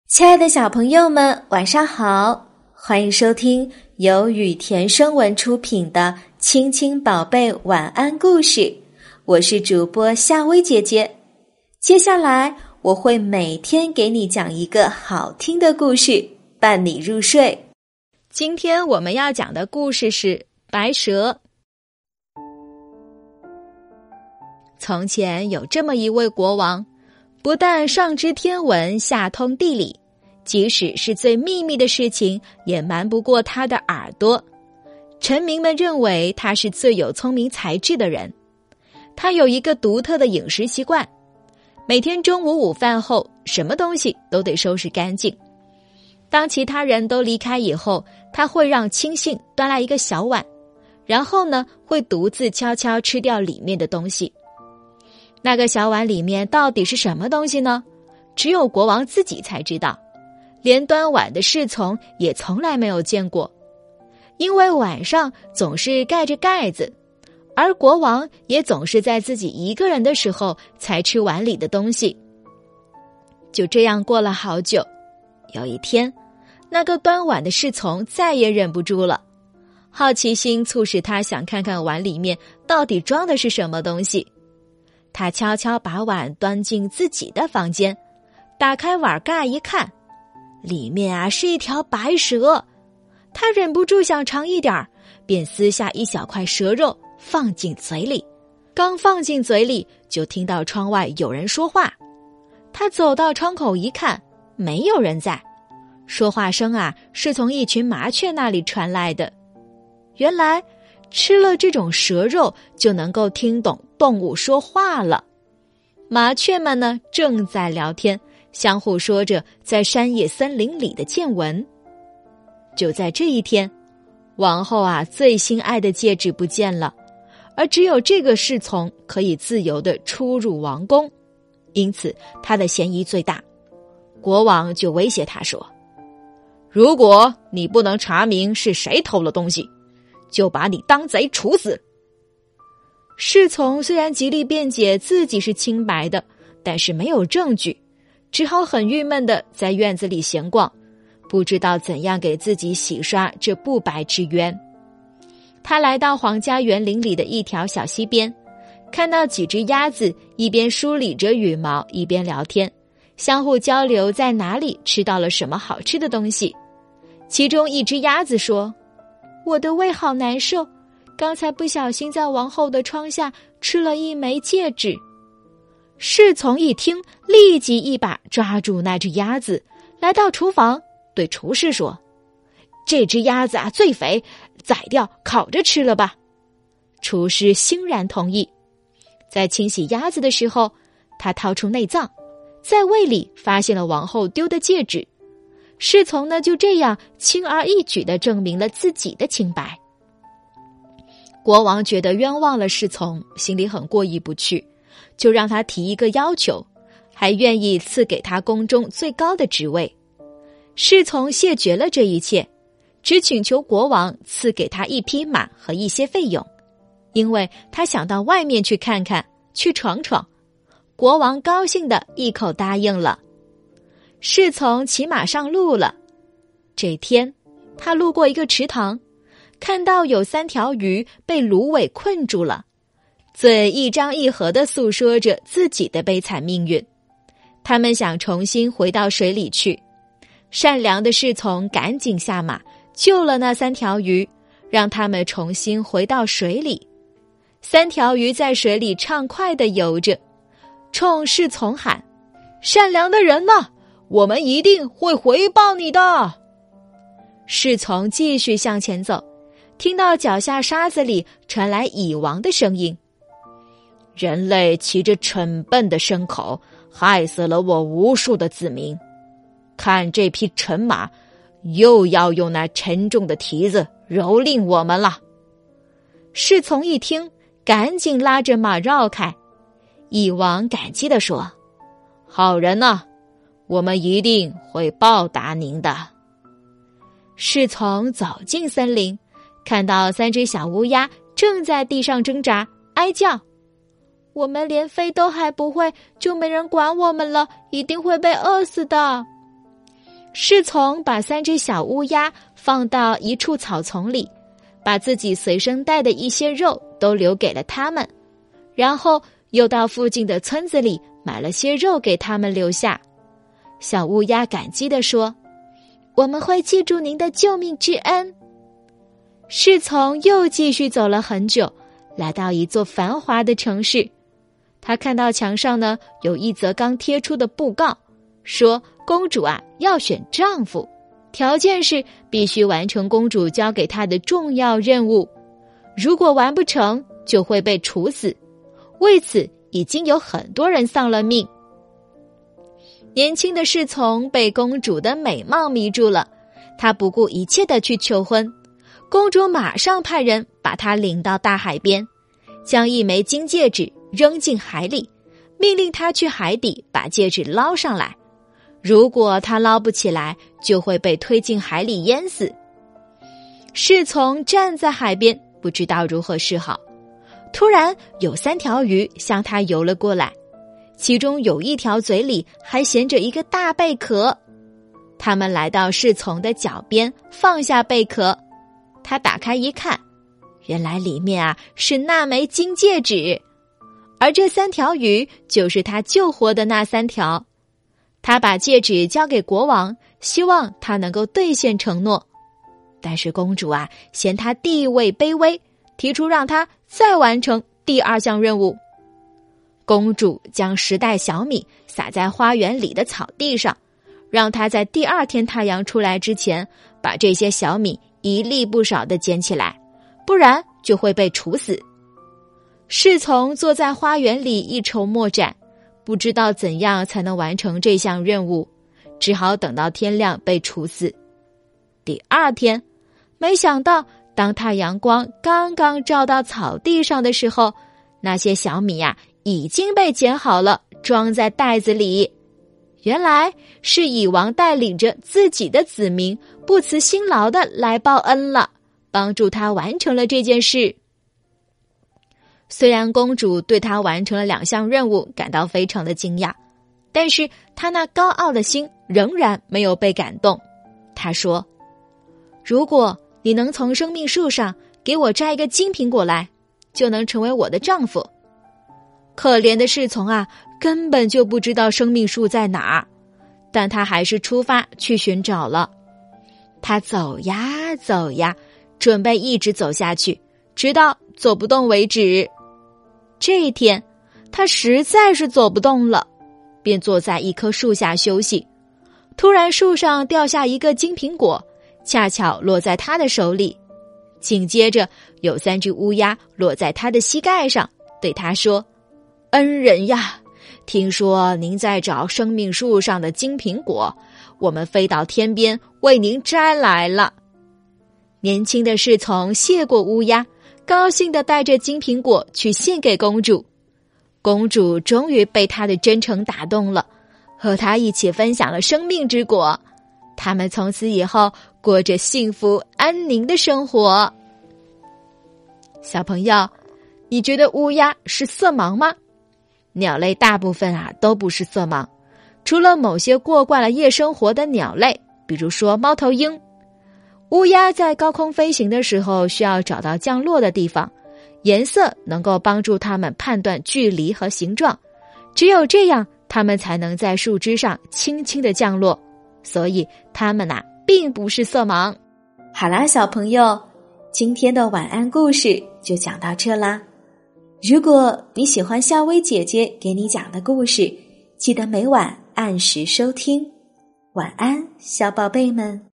亲爱的小朋友们，晚上好！欢迎收听由雨田声文出品的《亲亲宝贝晚安故事》，我是主播夏薇姐姐。接下来我会每天给你讲一个好听的故事，伴你入睡。 今天我们要讲的故事是白蛇。从前有这么一位国王，不但上知天文，下通地理，即使是最秘密的事情也瞒不过他的耳朵。臣民们认为他是最有聪明才智的人。他有一个独特的饮食习惯，每天中午午饭后，什么东西都得收拾干净。当其他人都离开以后，他会让亲信端来一个小碗，然后呢，会独自悄悄吃掉里面的东西。那个小碗里面到底是什么东西呢？只有国王自己才知道，连端碗的侍从也从来没有见过。因为碗上总是盖着盖子，而国王也总是在自己一个人的时候才吃碗里的东西。就这样过了好久，有一天，那个端碗的侍从再也忍不住了，好奇心促使他想看看碗里面到底装的是什么东西。他悄悄把碗端进自己的房间，打开碗盖一看，里面是一条白蛇。他忍不住想尝一点儿，便撕下一小块蛇肉放进嘴里。刚放进嘴里，就听到窗外有人说话。他走到窗口一看，没有人在，说话声是从一群麻雀那里传来的。原来吃了这种蛇肉就能够听懂动物说话了。麻雀们呢，正在聊天，相互说着在山野森林里的见闻。就在这一天，王后最心爱的戒指不见了，而只有这个侍从可以自由地出入王宫，因此他的嫌疑最大。国王就威胁他说，如果你不能查明是谁偷了东西，就把你当贼处死。侍从虽然极力辩解自己是清白的，但是没有证据，只好很郁闷地在院子里闲逛，不知道怎样给自己洗刷这不白之冤。他来到皇家园林里的一条小溪边，看到几只鸭子一边梳理着羽毛，一边聊天，相互交流在哪里吃到了什么好吃的东西。其中一只鸭子说，我的胃好难受，刚才不小心在王后的窗下吃了一枚戒指。侍从一听，立即一把抓住那只鸭子，来到厨房对厨师说，这只鸭子最肥，宰掉烤着吃了吧。厨师欣然同意。在清洗鸭子的时候，他掏出内脏，在胃里发现了王后丢的戒指。侍从呢，就这样轻而易举地证明了自己的清白。国王觉得冤枉了侍从，心里很过意不去，就让他提一个要求，还愿意赐给他宫中最高的职位。侍从谢绝了这一切，只请求国王赐给他一匹马和一些费用，因为他想到外面去看看，去闯闯。国王高兴地一口答应了。侍从骑马上路了。这天，他路过一个池塘，看到有3条鱼被芦苇困住了，嘴一张一合地诉说着自己的悲惨命运。他们想重新回到水里去。善良的侍从赶紧下马，救了那3条鱼，让他们重新回到水里。3条鱼在水里畅快地游着，冲侍从喊，善良的人呐，我们一定会回报你的。侍从继续向前走，听到脚下沙子里传来蚁王的声音，人类骑着蠢笨的牲口，害死了我无数的子民。看这匹陈马，又要用那沉重的蹄子蹂躏我们了。侍从一听，赶紧拉着马绕开。蚁王感激地说，好人呐，我们一定会报答您的。侍从走进森林，看到3只小乌鸦正在地上挣扎哀叫，我们连飞都还不会，就没人管我们了，一定会被饿死的。 侍从把3只小乌鸦放到一处草丛里，把自己随身带的一些肉都留给了他们，然后又到附近的村子里买了些肉给他们留下。小乌鸦感激地说：“我们会记住您的救命之恩。”侍从又继续走了很久，来到一座繁华的城市。他看到墙上呢有一则刚贴出的布告，说公主啊要选丈夫，条件是必须完成公主交给她的重要任务，如果完不成就会被处死。为此已经有很多人丧了命。年轻的侍从被公主的美貌迷住了，他不顾一切地去求婚。公主马上派人把他领到大海边，将一枚金戒指扔进海里，命令他去海底把戒指捞上来。如果他捞不起来，就会被推进海里淹死。侍从站在海边，不知道如何是好。突然有3条鱼向他游了过来，其中有一条嘴里还衔着一个大贝壳。他们来到侍从的脚边，放下贝壳。他打开一看，原来里面是那枚金戒指，而这3条鱼就是他救活的那3条。他把戒指交给国王，希望他能够兑现承诺。但是公主嫌他地位卑微，提出让他再完成第2项任务。公主将10袋小米撒在花园里的草地上，让他在第2天太阳出来之前，把这些小米一粒不少地捡起来，不然就会被处死。侍从坐在花园里一筹莫展，不知道怎样才能完成这项任务，只好等到天亮被处死。第2天，没想到当太阳光刚刚照到草地上的时候，那些小米已经被捡好了，装在袋子里。原来是蚁王带领着自己的子民不辞辛劳的来报恩了，帮助他完成了这件事。虽然公主对他完成了2项任务感到非常的惊讶，但是他那高傲的心仍然没有被感动。他说：“如果你能从生命树上给我摘一个金苹果来，就能成为我的丈夫。”可怜的侍从根本就不知道生命树在哪儿，但他还是出发去寻找了。他走呀走呀，准备一直走下去，直到走不动为止。这一天，他实在是走不动了，便坐在一棵树下休息。突然树上掉下一个金苹果，恰巧落在他的手里。紧接着有3只乌鸦落在他的膝盖上，对他说：“恩人呀，听说您在找生命树上的金苹果，我们飞到天边为您摘来了。”年轻的侍从谢过乌鸦，高兴地带着金苹果去献给公主。公主终于被他的真诚打动了，和他一起分享了生命之果。他们从此以后过着幸福安宁的生活。小朋友，你觉得乌鸦是色盲吗？鸟类大部分都不是色盲，除了某些过惯了夜生活的鸟类，比如说猫头鹰。乌鸦在高空飞行的时候需要找到降落的地方，颜色能够帮助它们判断距离和形状，只有这样它们才能在树枝上轻轻地降落，所以它们并不是色盲。 好啦，小朋友，今天的晚安故事就讲到这啦。如果你喜欢夏薇姐姐给你讲的故事，记得每晚按时收听。晚安，小宝贝们。